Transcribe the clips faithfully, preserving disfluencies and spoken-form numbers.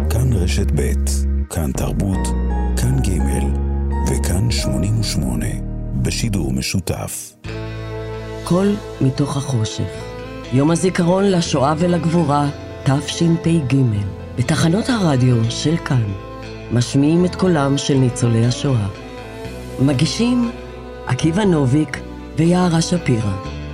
כאן רשת ב', כאן תרבות, כאן ג' וכאן שמונים ושמונה, בשידור משותף. קול מתוך החושך. יום הזיכרון לשואה ולגבורה, תשפ"ג. בתחנות הרדיו של כאן, משמיעים את קולם של ניצולי השואה. מגישים עקיבא נוביק ויערה שפירא.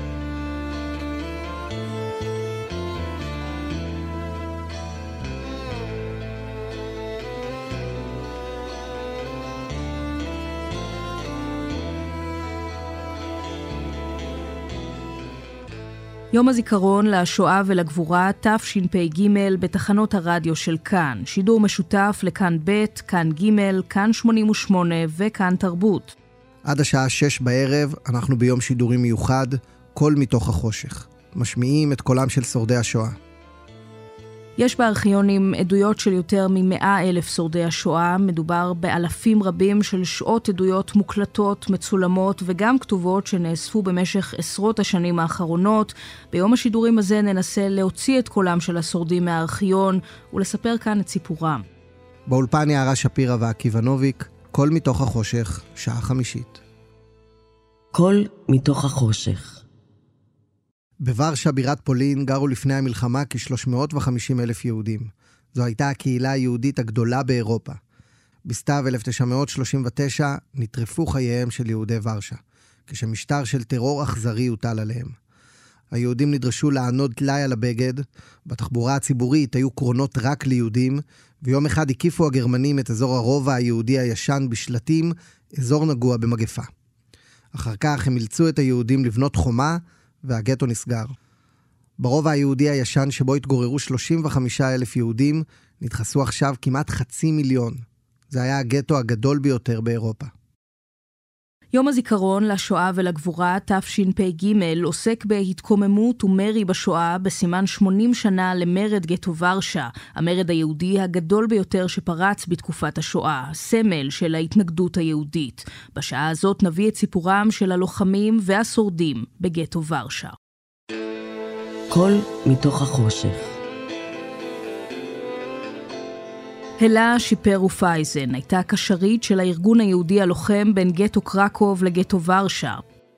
יום הזיכרון לשואה ולגבורה, תשפ"ג, בתחנות הרדיו של כאן. שידור משותף לכאן ב', כאן ג', כאן שמונים ושמונה וכאן תרבות. עד השעה שש בערב אנחנו ביום שידורי מיוחד, קול מתוך החושך. משמיעים את קולם של שורדי השואה. יש בארכיונים עדויות של יותר ממאה אלף שורדי השואה. מדובר באלפים רבים של שעות עדויות מוקלטות, מצולמות וגם כתובות שנאספו במשך עשרות השנים האחרונות. ביום השידורים הזה ננסה להוציא את קולם של השורדים מהארכיון ולספר כאן את סיפורם. באולפן יערה שפירא ועקיבא נוביק, קול מתוך החושך, שעה חמישית. קול מתוך החושך. בוורשה, בירת פולין, גרו לפני המלחמה כ-שלוש מאות וחמישים אלף יהודים. זו הייתה הקהילה היהודית הגדולה באירופה. בסתיו אלף תשע מאות שלושים ותשע נטרפו חייהם של יהודי ורשה, כשמשטר של טרור אכזרי הוטל עליהם. היהודים נדרשו לענוד טלאי על הבגד, בתחבורה הציבורית היו קרונות רק ליהודים, ויום אחד הקיפו הגרמנים את אזור הרובע היהודי הישן בשלטים, אזור נגוע במגפה. אחר כך הם אילצו את היהודים לבנות חומה, והגטו נסגר. ברובע היהודי הישן שבו התגוררו שלושים וחמישה אלף יהודים, נדחסו עכשיו כמעט חצי מיליון. זה היה הגטו הגדול ביותר באירופה. יום הזיכרון לשואה ולגבורה, תשפ"ג, עוסק בהתקוממות ומרי בשואה בסימן שמונים שנה למרד גטו ורשה, המרד היהודי הגדול ביותר שפרץ בתקופת השואה, סמל של ההתנגדות היהודית. בשעה הזאת נביא את סיפורם של הלוחמים והשורדים בגטו ורשה. קול מתוך החושך. הלה שיפרו פייזן הייתה קשרית של הארגון היהודי הלוחם בין גטו קרקוב לגטו ורשה.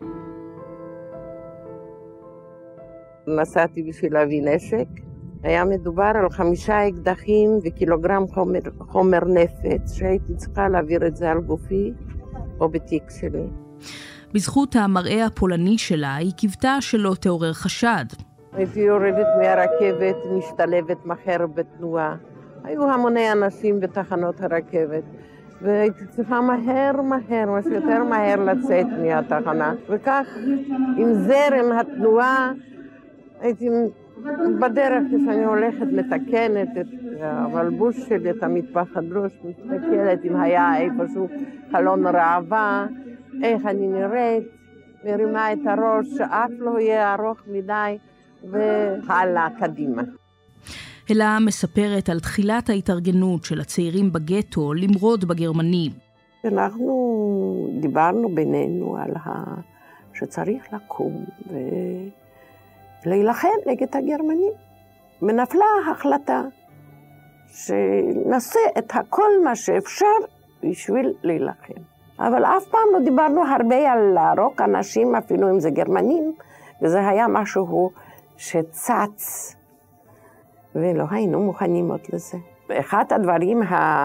נסעתי בשביל להביא נשק. היה מדובר על חמישה אקדחים וקילוגרם חומר, חומר נפץ, שהייתי צריכה להעביר את זה על גופי או בתיק שלי. בזכות המראה הפולני שלה היא קיוותה שלא תעורר חשד. הייתי יורדת מהרכבת, משתלבת מחר בתנועה. היו המוני אנשים בתחנות הרכבת, והייתי צריכה מהר מהר, משהו יותר מהר לצאת מהתחנה. וכך, עם זרם התנועה, הייתי בדרך כשאני הולכת מתקנת את המלבוש שלי, את המטפחת ראש, מסתכלת אם היה איפשהו חלון ראווה, איך אני נראית, מרימה את הראש, שאף לא יהיה ארוך מדי, והלאה קדימה. הלה מספרת על תחילת ההתארגנות של הצעירים בגטו למרוד בגרמנים. אנחנו דיברנו בינינו על ה... שצריך לקום ולהילחם נגד הגרמנים. ונפלה ההחלטה שנעשה את הכל מה שאפשר בשביל להילחם. אבל אף פעם לא דיברנו הרבה על להרוג אנשים, אפילו אם זה גרמנים, וזה היה משהו שצץ. ולא היינו מוכנים עוד לזה. אחד הדברים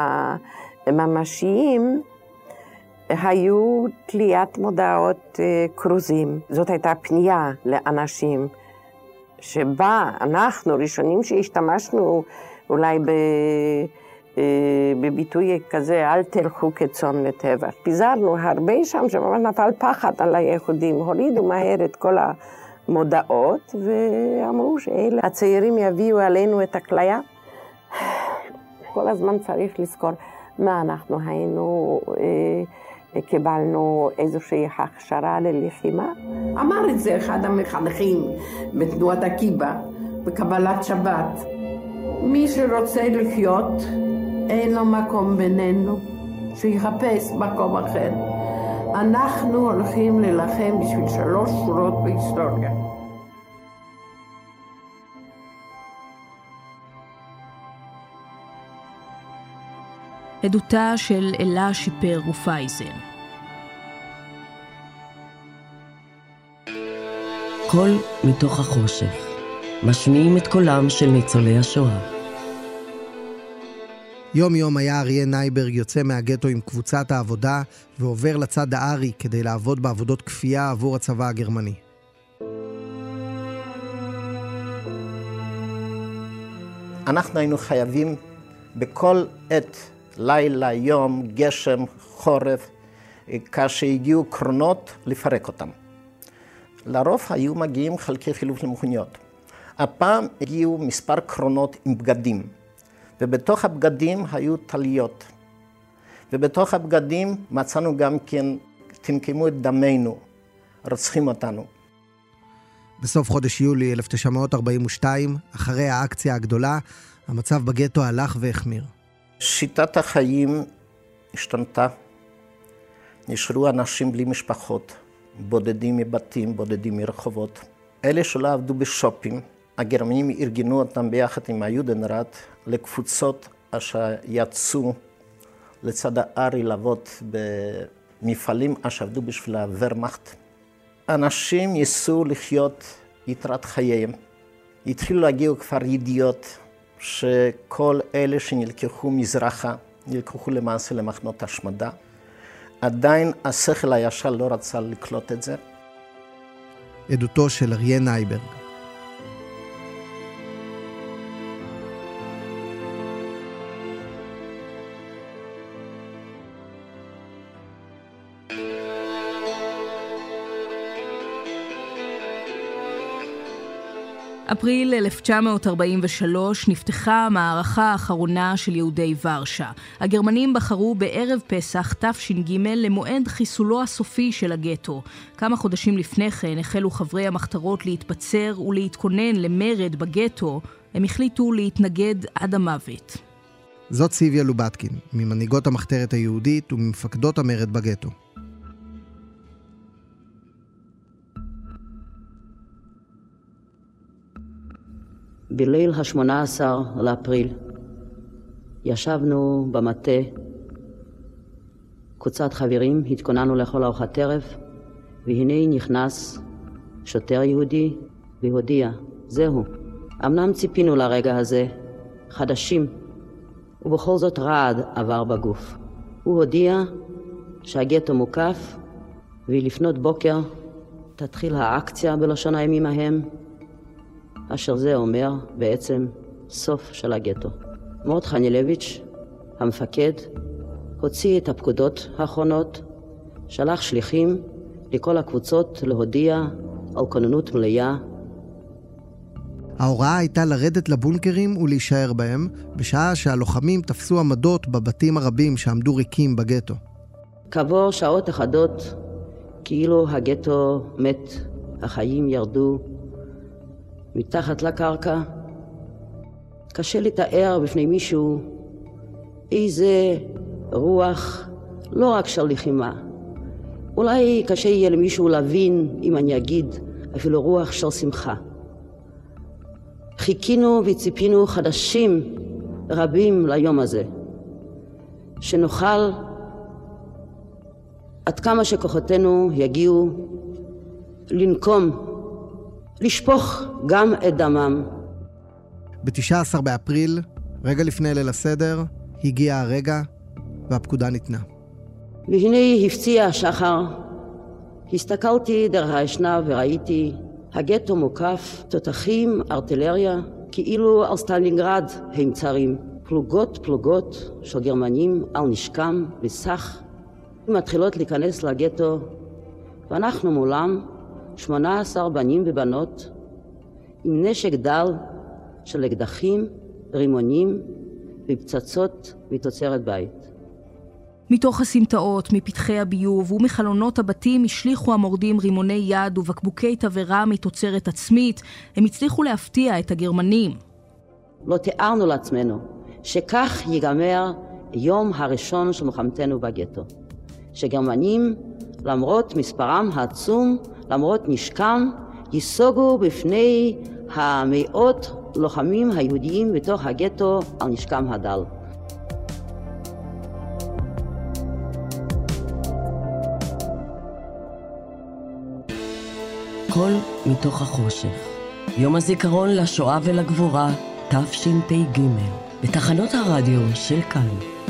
הממשיים היו תליית מודעות קרוזים. זאת הייתה פנייה לאנשים שבה אנחנו ראשונים שהשתמשנו אולי ב, בביטוי כזה, אל תלכו כצאן לטבח. פיזרנו הרבה שם שממש נפל פחד על היהודים, הורידו מהר את כל ה... מודעות, ואמרו שאלה הצעירים יביאו עלינו את הכליה. כל הזמן צריך לזכור מה אנחנו היינו, אה, קיבלנו איזושהי הכשרה ללחימה. אמר את זה אחד המחנכים בתנועת עקיבא, בקבלת שבת. מי שרוצה לחיות, אין לו מקום בינינו, שיחפש מקום אחר. אנחנו הולכים ללחם בשביל שלוש שורות בהיסטוריה. עדותה של אלה שיפר רופאיזן. קול מתוך החושך. משמיעים את קולם של ניצולי השואה. יום יום היה אריה נייברג יוצא מהגטו עם קבוצת העבודה ועובר לצד הארי כדי לעבוד בעבודות כפייה עבור הצבא הגרמני. אנחנו היינו חייבים בכל עת, לילה, יום, גשם, חורף, כאשר הגיעו קרונות, לפרק אותם. לרוב היו מגיעים חלקי חילוף למכוניות. הפעם הגיעו מספר קרונות עם בגדים, ובתוך הבגדים היו טליות. ובתוך הבגדים מצאנו גם כן, תנקמו את דמנו, רוצחים אותנו. בסוף חודש יולי אלף תשע מאות ארבעים ושתיים, אחרי האקציה הגדולה, המצב בגטו הלך והחמיר. שיטת החיים השתנתה. נשארו אנשים בלי משפחות, בודדים מבתים, בודדים מרחובות. אלה שלא עבדו בשופים, הגרמנים ארגנו אותם ביחד עם היודנראט לקבוצות אשר יצאו לצד הארי לעבוד במפעלים אשר עבדו בשביל הוורמאכט. אנשים ייסו לחיות יתרת חייהם. התחילו להגיע כבר ידיעות שכל אלה שנלקחו מזרחה, נלקחו למעשה למחנות השמדה. עדיין השכל הישר לא רצה לקלוט את זה. עדותו של אריה נייברג. אפריל אלף תשע מאות ארבעים ושלוש נפתחה המערכה האחרונה של יהודי ורשה. הגרמנים בחרו בערב פסח תש"ג למועד חיסולו הסופי של הגטו. כמה חודשים לפני כן החלו חברי המחתרות להתבצר ולהתכונן למרד בגטו. הם החליטו להתנגד עד המוות. זאת סיביה לובטקין, ממנהיגות המחתרת היהודית וממפקדות המרד בגטו. בליל ה-שמונה עשר לאפריל ישבנו במטה, קבוצת חברים, התכוננו לאכול ארוחת ערב, והנה נכנס שוטר יהודי והודיע, זהו. אמנם ציפינו לרגע הזה, חדשים, ובכל זאת רעד עבר בגוף. הוא הודיע שהגטו מוקף, ולפנות בוקר תתחיל האקציה בלשון הימים ההם, אשר זה אומר בעצם סוף של הגטו. מורט חנילביץ', המפקד, הוציא את הפקודות האחרונות, שלח שליחים לכל הקבוצות להודיע על כוננות מלאה. ההוראה הייתה לרדת לבונקרים ולהישאר בהם, בשעה שהלוחמים תפסו עמדות בבתים הרבים שעמדו ריקים בגטו. כעבור שעות אחדות, כאילו הגטו מת, החיים ירדו מתחת לקרקע. קשה לתאר בפני מישהו איזה רוח, לא רק של לחימה. אולי קשה יהיה למישהו להבין, אם אני אגיד, אפילו רוח של שמחה. חיכינו וציפינו חדשים רבים ליום הזה, שנוכל עד כמה שכוחותינו יגיעו לנקום, לשפוך גם את דמם. ב-תשעה עשר באפריל, רגע לפני ליל הסדר, הגיע הרגע והפקודה ניתנה. והנה הפציע השחר, הסתכלתי דרך האשנב וראיתי הגטו מוקף, תותחים, ארטילריה, כאילו על סטלינגרד הם צרים. פלוגות פלוגות של גרמנים על נשקם וסך, מתחילות להיכנס לגטו, ואנחנו מולם שמונה עשר בנים ובנות עם נשק דל של אקדחים, רימונים ופצצות מתוצרת בית. מתוך הסמטאות, מפתחי הביוב ומחלונות הבתים השליחו המורדים רימוני יד ובקבוקי תבערה מתוצרת עצמית. הם הצליחו להפתיע את הגרמנים. לא תיארנו לעצמנו שכך ייגמר יום הראשון של מלחמתנו בגטו. שגרמנים, למרות מספרם העצום, למרות נשקם, ייסוגו בפני המאות לוחמים היהודיים בתוך הגטו על נשקם הדל. קול מתוך החושך. יום הזיכרון לשואה ולגבורה, תשפ"ג, בתחנות הרדיו של כאן.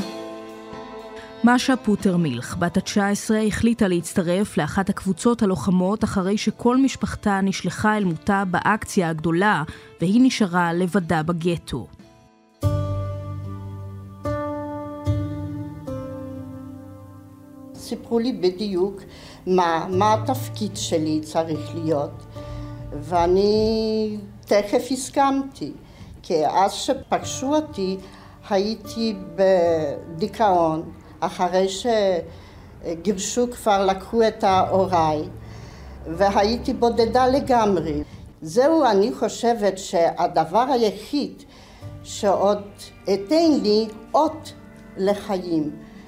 משה פוטרמילך, בת ה-תשע עשרה, החליטה להצטרף לאחת הקבוצות הלוחמות אחרי שכל משפחתה נשלחה אל מותה באקציה הגדולה, והיא נשארה לבדה בגטו. סיפרו לי בדיוק מה, מה התפקיד שלי צריך להיות, ואני תכף הסכמתי, כי אז שפגשו אותי הייתי בדיכאון, אחרי שגירשו כבר לקחו את ההוריי, והייתי בודדה לגמרי. זהו, אני חושבת שהדבר היחיד שעוד אתן לי אות לחיים,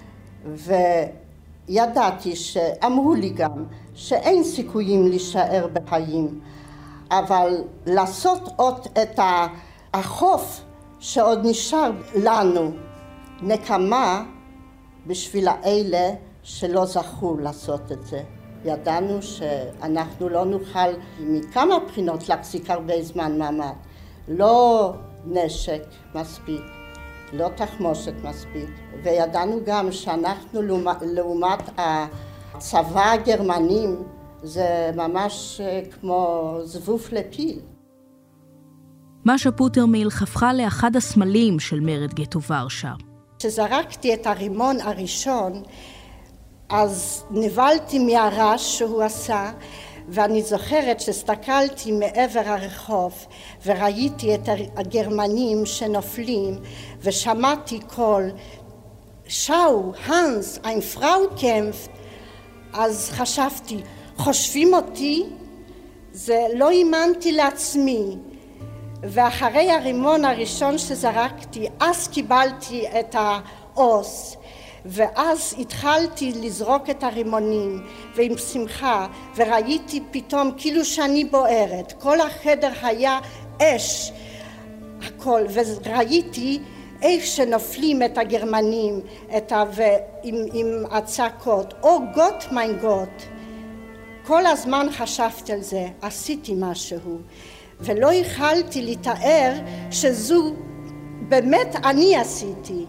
וידעתי שאמרו לי גם שאין סיכויים להישאר בחיים, אבל לעשות עוד את החוף שעוד נשאר לנו, נקמה בשביל האלה שלא זכו לעשות את זה. ידענו שאנחנו לא נוכל מכמה בחינות להחזיק הרבה זמן מעמד. לא נשק מספיק, לא תחמושת מספיק, וידענו גם שאנחנו לעומת הצבא הגרמנים זה ממש כמו זבוב לפיל. משה פוטרמילך הפכה לאחד הסמלים של מרד גטו ורשה. כשזרקתי את הרימון הראשון, אז נבלתי מהרעש שהוא עשה, ואני זוכרת שהסתכלתי מעבר הרחוב, וראיתי את הגרמנים שנופלים, ושמעתי קול, שאו, הנס, ein Frau kämpft. אז חשבתי, חושבים אותי? זה לא האמנתי לעצמי. ואחרי הרימון הראשון שזרקתי, אז קיבלתי את האוס, ואז התחלתי לזרוק את הרימונים, ועם שמחה, וראיתי פתאום כאילו שאני בוערת, כל החדר היה אש, הכל, וראיתי איך שנופלים את הגרמנים, את ה... עם, עם הצעקות, או גוט מיין גוט. כל הזמן חשבתי על זה, עשיתי משהו. ולא יכלתי לתאר שזו באמת אני עשיתי.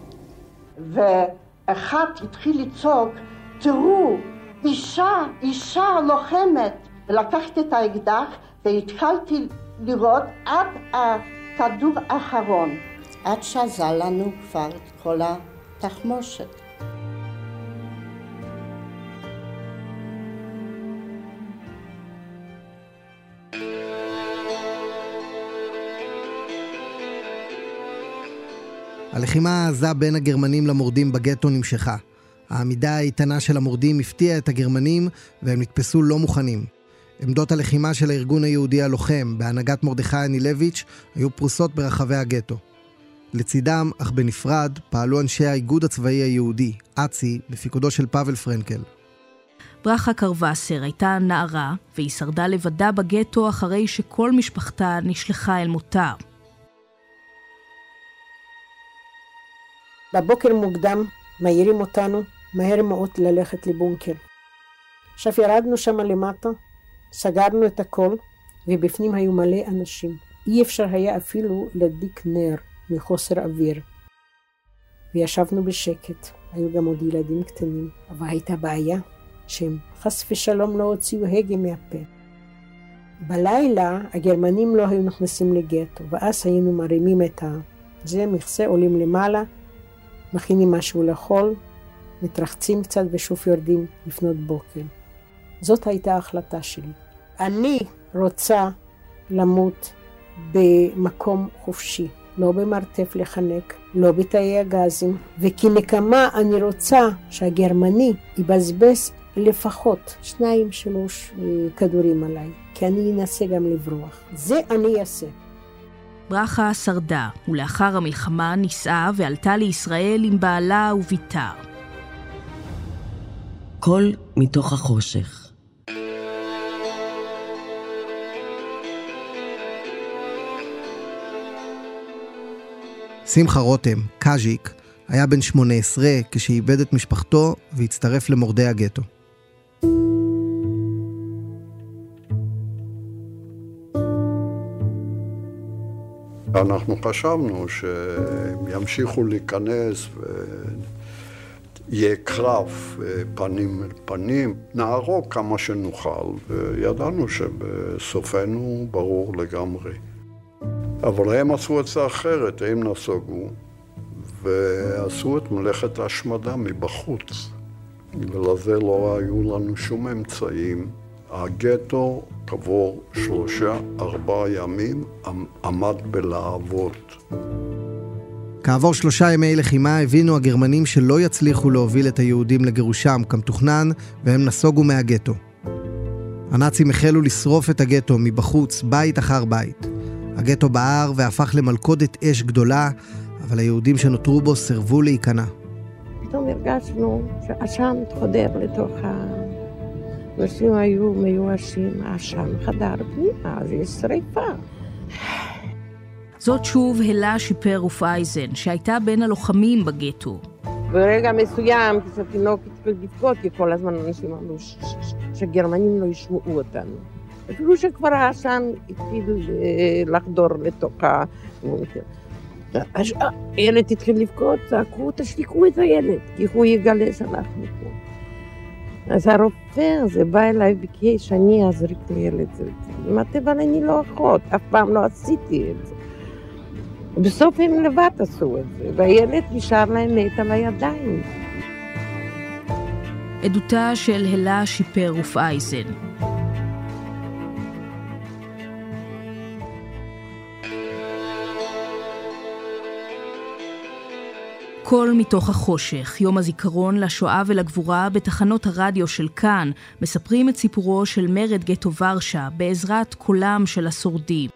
ואחד התחיל לצעוק, תראו, אישה, אישה לוחמת. ולקחתי את האקדח והתחלתי לראות עד הכדור האחרון, עד שעזר לנו כבר את כל התחמושת. הלחימה העזה בין הגרמנים למורדים בגטו נמשכה. העמידה האיתנה של המורדים הפתיעה את הגרמנים והם נתפסו לא מוכנים. עמדות הלחימה של הארגון היהודי הלוחם בהנהגת מרדכי אנילביץ' היו פרוסות ברחבי הגטו. לצידם, אך בנפרד, פעלו אנשי האיגוד הצבאי היהודי, אצי, בפיקודו של פאבל פרנקל. ברכה קרווסר הייתה נערה והיא שרדה לבדה בגטו אחרי שכל משפחתה נשלחה אל מותה. בבוקר מוקדם מהירים אותנו מהר מאוד ללכת לבונקר. עכשיו ירדנו שם למטה, סגרנו את הכל, ובפנים היו מלא אנשים. אי אפשר היה אפילו להדליק נר מחוסר אוויר. וישבנו בשקט, היו גם עוד ילדים קטנים, אבל הייתה בעיה שהם חס ושלום לא הוציאו הגה מהפה. בלילה הגרמנים לא היו נכנסים לגטו, ואז היינו מרימים את זה, מכסה, עולים למעלה, מכינים משהו לאכול, מתרחצים קצת ושוב יורדים לפנות בוקר. זאת הייתה ההחלטה שלי. אני רוצה למות במקום חופשי, לא במרתף לחנק, לא בתאי הגזים, וכנקמה אני רוצה שהגרמני יבזבז לפחות שניים שלוש כדורים עליי, כי אני אנסה גם לברוח. זה אני אעשה. ברכה שרדה, ולאחר המלחמה נישאה ועלתה לישראל עם בעלה וביתה. קול מתוך החושך. שמחה רותם, קאז'יק, היה בן שמונה עשרה כשאיבד את משפחתו והצטרף למורדי הגטו. אנחנו חשבנו שהם ימשיכו להיכנס ויהיה קרב פנים אל פנים, נהרוג כמה שנוכל, וידענו שבסופנו ברור לגמרי. אבל הם עשו את זה אחרת, הם נסוגו ועשו את מלאכת ההשמדה מבחוץ, ולזה לא היו לנו שום אמצעים. הגטו כעבור שלושה, ארבעה ימים עמד בלהבות. כעבור שלושה ימי לחימה הבינו הגרמנים שלא יצליחו להוביל את היהודים לגירושם כמתוכנן, והם נסוגו מהגטו. הנאצים החלו לשרוף את הגטו מבחוץ, בית אחר בית. הגטו בער והפך למלכודת אש גדולה, אבל היהודים שנותרו בו סירבו להיכנע. פתאום הרגשנו שהעשן חודר לתוך ה... אנשים היו מיואשים, העשן חדר פנימה, אז יש שריפה. זאת שוב הילה שיפר רופאייזן, שהייתה בין הלוחמים בגטו. ברגע מסוים, כשהתינוק התחיל לבכות, כי כל הזמן אנשים אמרו שגרמנים לא ישמעו אותנו. אפילו שכבר העשן התחיל לחדור לתוך הבונקר. הילד התחיל לבכות, צעקו, תשתיקו את הילד, כי הוא יגלה שאנחנו פה. אז הרופא הזה בא אליי ביקש שאני אזריק את הילד. אמרתי, אבל אני לא אחות, אף פעם לא עשיתי את זה. בסוף הם לבד עשו את זה, והילד נשאר להם מת על הידיים. עדותה של הילה שיפר רופאייזן. קול מתוך החושך, יום הזיכרון לשואה ולגבורה בתחנות הרדיו של כאן, מספרים את סיפורו של מרד גטו ורשה בעזרת קולם של השורדים.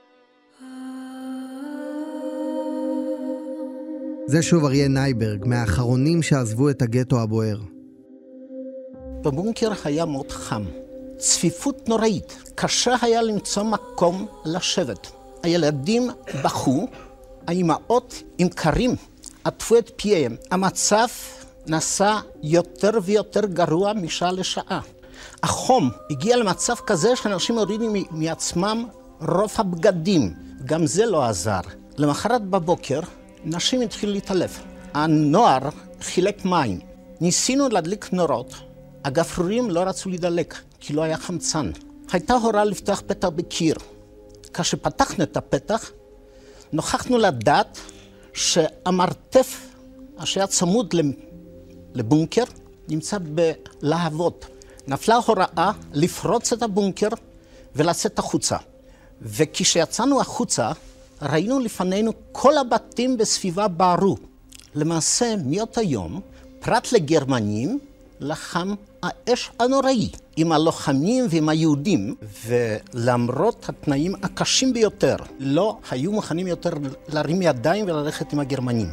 זה שוב אריה נייברג, מהאחרונים שעזבו את הגטו הבוער. בבונקר היה מאוד חם, צפיפות נוראית, קשה היה למצוא מקום לשבת. הילדים בכו, האימהות עם קרים עטפו את פיהם. המצב נעשה יותר ויותר גרוע משעה לשעה. החום הגיע למצב כזה שאנשים הורידו מעצמם רוב הבגדים. גם זה לא עזר. למחרת בבוקר נשים התחילו להתעלף. הנוער חילק מים. ניסינו להדליק נורות. הגפרורים לא רצו להידלק, כי לא היה חמצן. הייתה הוראה לפתוח פתח בקיר. כשפתחנו את הפתח, נוכחנו לדעת שהמרתף אשר צמוד לבונקר נמצא בלהבות. נפלה הוראה לפרוץ את הבונקר ולצאת החוצה. וכשיצאנו החוצה, ראינו לפנינו כל הבתים בסביבה בערו. למעשה, מאותו היום, פרט לגרמנים, לחם האש הנוראי עם הלוחמים ועם היהודים, ולמרות התנאים הקשים ביותר, לא היו מוכנים יותר להרים ידיים וללכת עם הגרמנים.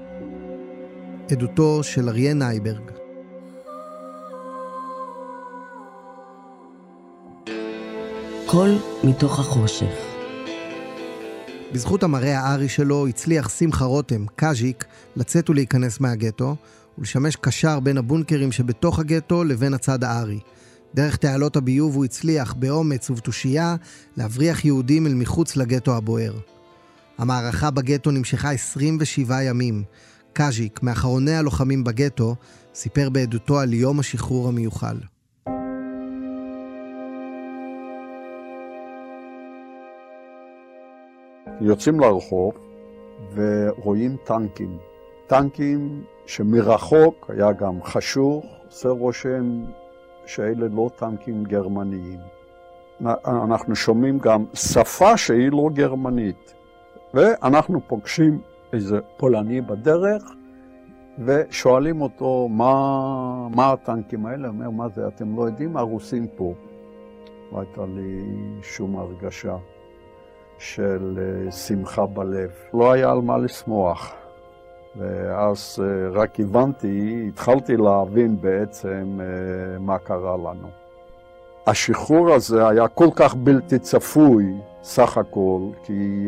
עדותו של אריה נייברג. קול מתוך החושך. בזכות המראה הארי שלו הצליח שמחה רותם, קאז'יק, לצאת ולהיכנס מהגטו, ולשמש קשר בין הבונקרים שבתוך הגטו לבין הצד הארי. דרך תעלות הביוב הוא הצליח באומץ ובתושייה להבריח יהודים אל מחוץ לגטו הבוער. המערכה בגטו נמשכה עשרים ושבעה ימים. קאז'יק, מאחרוני הלוחמים בגטו, סיפר בעדותו על יום השחרור המיוחל. יוצאים לרחוב ורואים טנקים. טנקים שמרחוק היה גם חשוך, עושה רושם שאלה לא טנקים גרמניים. אנחנו שומעים גם שפה שהיא לא גרמנית. ואנחנו פוגשים איזה פולני בדרך, ושואלים אותו מה, מה הטנקים האלה. הוא אומר, מה זה, אתם לא יודעים, הרוסים פה. לא הייתה לי שום הרגשה של שמחה בלב. לא היה על מה לשמוח. ואז רק הבנתי, התחלתי להבין בעצם מה קרה לנו. השחרור הזה היה כל כך בלתי צפוי, סך הכל, כי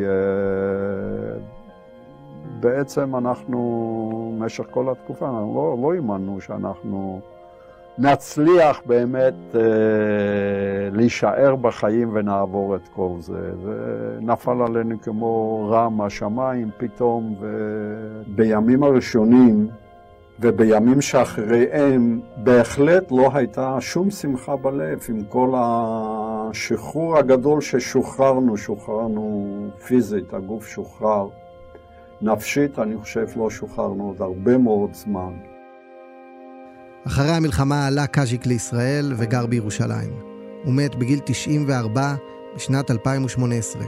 בעצם אנחנו, במשך כל התקופה, לא, לא האמנו שאנחנו נצליח באמת אה, להישאר בחיים ונעבור את כל זה. ונפל עלינו כמו רע מהשמיים פתאום, ובימים הראשונים ובימים שאחריהם בהחלט לא הייתה שום שמחה בלב עם כל השחרור הגדול ששוחררנו, שוחררנו פיזית, הגוף שוחרר. נפשית אני חושב לא שוחררנו עוד הרבה מאוד זמן. אחרי המלחמה עלה קאז'יק לישראל וגר בירושלים. הוא מת בגיל תשעים וארבע בשנת אלפיים ושמונה עשרה.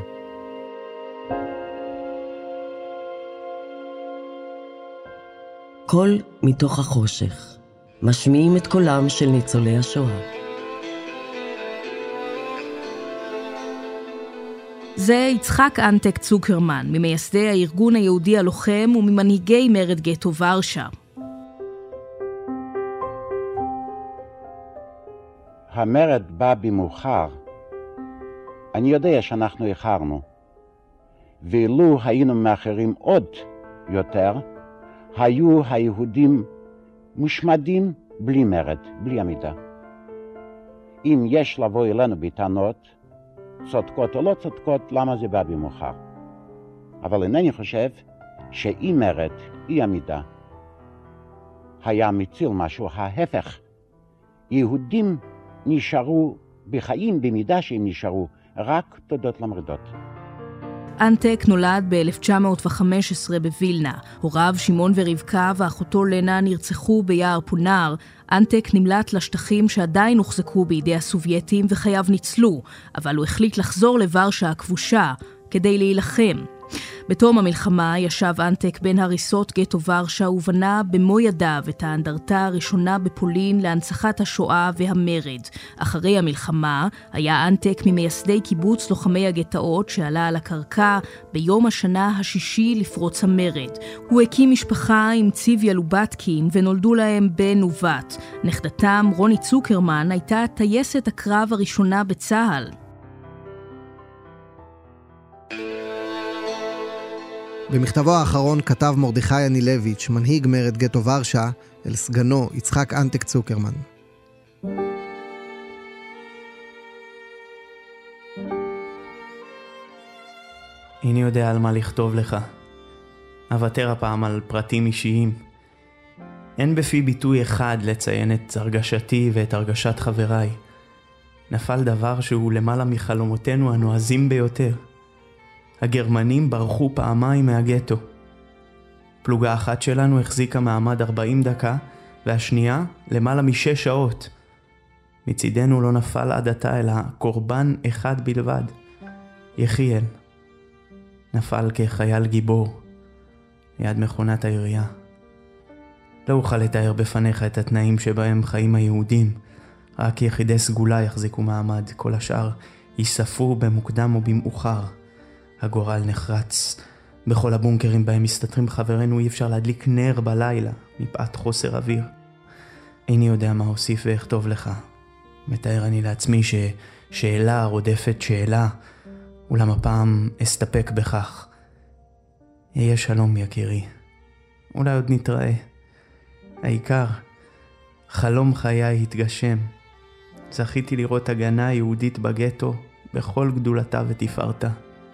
קול מתוך החושך. משמיעים את קולם של ניצולי השואה. זה יצחק אנטק צוקרמן, ממייסדי הארגון היהודי הלוחם וממנהיגי מרד גטו ורשה. המרד בא במאוחר. אני יודע שאנחנו איחרנו. ואילו היינו מאחרים עוד יותר, היו היהודים מושמדים בלי מרד, בלי עמידה. אם יש לבוא אלינו בטענות, צודקות או לא צודקות, למה זה בא במאוחר. אבל אינני חושב שאי מרד, אי עמידה, היה מציל משהו. ההפך, יהודים נשארו בחיים במידה שהם נשארו, רק תודות למרדות. אנטק נולד ב-אלף תשע מאות וחמש עשרה בווילנה. הוריו שמעון ורבקה ואחותו לנה נרצחו ביער פונר. אנטק נמלט לשטחים שעדיין הוחזקו בידי הסובייטים וחייו ניצלו, אבל הוא החליט לחזור לוורשה הכבושה כדי להילחם. בתום המלחמה ישב אנטק בין הריסות גטו ורשה ובנה במו ידיו את האנדרטה הראשונה בפולין להנצחת השואה והמרד. אחרי המלחמה היה אנטק ממייסדי קיבוץ לוחמי הגטאות שעלה על הקרקע ביום השנה השישי לפרוץ המרד. הוא הקים משפחה עם ציוויה לובטקין ונולדו להם בן ובת. נכדתם רוני צוקרמן הייתה טייסת הקרב הראשונה בצה"ל. במכתבו האחרון כתב מרדכי אנילביץ', מנהיג מרד גטו ורשה, אל סגנו יצחק אנטק צוקרמן. איני יודע על מה לכתוב לך. אוותר הפעם על פרטים אישיים. אין בפי ביטוי אחד לציין את הרגשתי ואת הרגשת חבריי. נפל דבר שהוא למעלה מחלומותינו הנועזים ביותר. הגרמנים ברחו פעמיים מהגטו. פלוגה אחת שלנו החזיקה מעמד ארבעים דקה, והשנייה למעלה משש שעות. מצידנו לא נפל עד עתה אלא קורבן אחד בלבד, יחיאל. נפל כחייל גיבור, ליד מכונת העירייה. לא אוכל לתאר בפניך את התנאים שבהם חיים היהודים. רק יחידי סגולה יחזיקו מעמד, כל השאר ייספו במוקדם או במאוחר. הגורל נחרץ. בכל הבונקרים בהם מסתתרים חברינו אי אפשר להדליק נר בלילה, מפאת חוסר אוויר. איני יודע מה אוסיף ואכתוב לך. מתאר אני לעצמי ששאלה רודפת שאלה, אולם הפעם אסתפק בכך. יהיה שלום יקירי. אולי עוד נתראה. העיקר, חלום חיי התגשם. זכיתי לראות הגנה יהודית בגטו בכל גדולתה ותפארתה.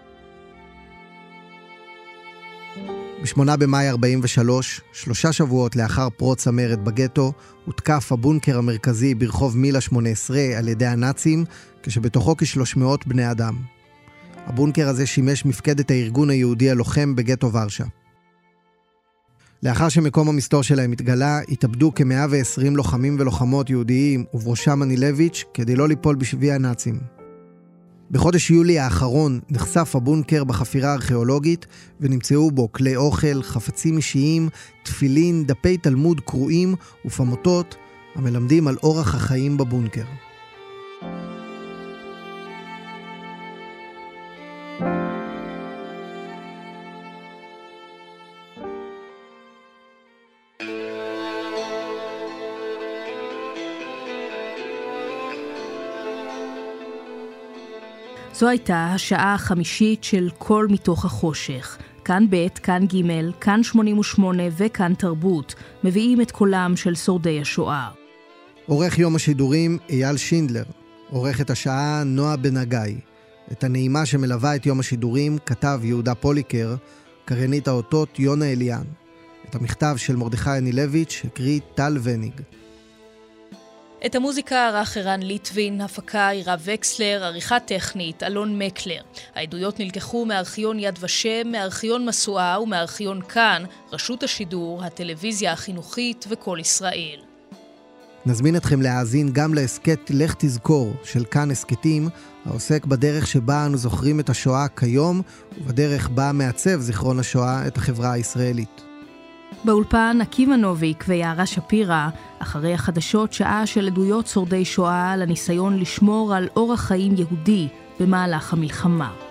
בשמונה במאי ארבעים ושלוש, שלושה שבועות לאחר פרוץ המרד בגטו, הותקף הבונקר המרכזי ברחוב מילה שמונה עשרה על ידי הנאצים, כשבתוכו כשלוש מאות בני אדם. הבונקר הזה שימש מפקדת הארגון היהודי הלוחם בגטו ורשה. לאחר שמקום המסתור שלהם התגלה, התאבדו כ-מאה ועשרים לוחמים ולוחמות יהודיים, ובראשם אנילביץ', כדי לא ליפול בשבי הנאצים. בחודש יולי האחרון נחשף הבונקר בחפירה ארכיאולוגית, ונמצאו בו כלי אוכל, חפצים אישיים, תפילין, דפי תלמוד קרועים ופמוטות, המלמדים על אורח החיים בבונקר. זו הייתה השעה החמישית של קול מתוך החושך. כאן ב', כאן ג', כאן שמונים ושמונה וכאן תרבות, מביאים את קולם של שורדי השואה. עורך יום השידורים אייל שינדלר, עורכת השעה נועה בן-הגיא. את הנעימה שמלווה את יום השידורים כתב יהודה פוליקר, קריינית האותות יונה אליאן. את המכתב של מרדכי אנילביץ' הקריא טל וניג. את המוזיקה ערך ערן ליטווין, הפקה עירה וקסלר, עריכה טכנית אלון מקלר. העדויות נלקחו מארכיון יד ושם, מארכיון מסועה ומארכיון כאן, רשות השידור, הטלוויזיה החינוכית וכל ישראל. נזמין אתכם להאזין גם להסקט לך תזכור של כאן הסקטים, העוסק בדרך שבה אנו זוכרים את השואה כיום, ובדרך בה מעצב זיכרון השואה את החברה הישראלית. באולפן עקיבא נוביק ויערה שפירא, אחרי החדשות שעה של עדויות שורדי שואה על הניסיון לשמור על אורח חיים יהודי במהלך המלחמה.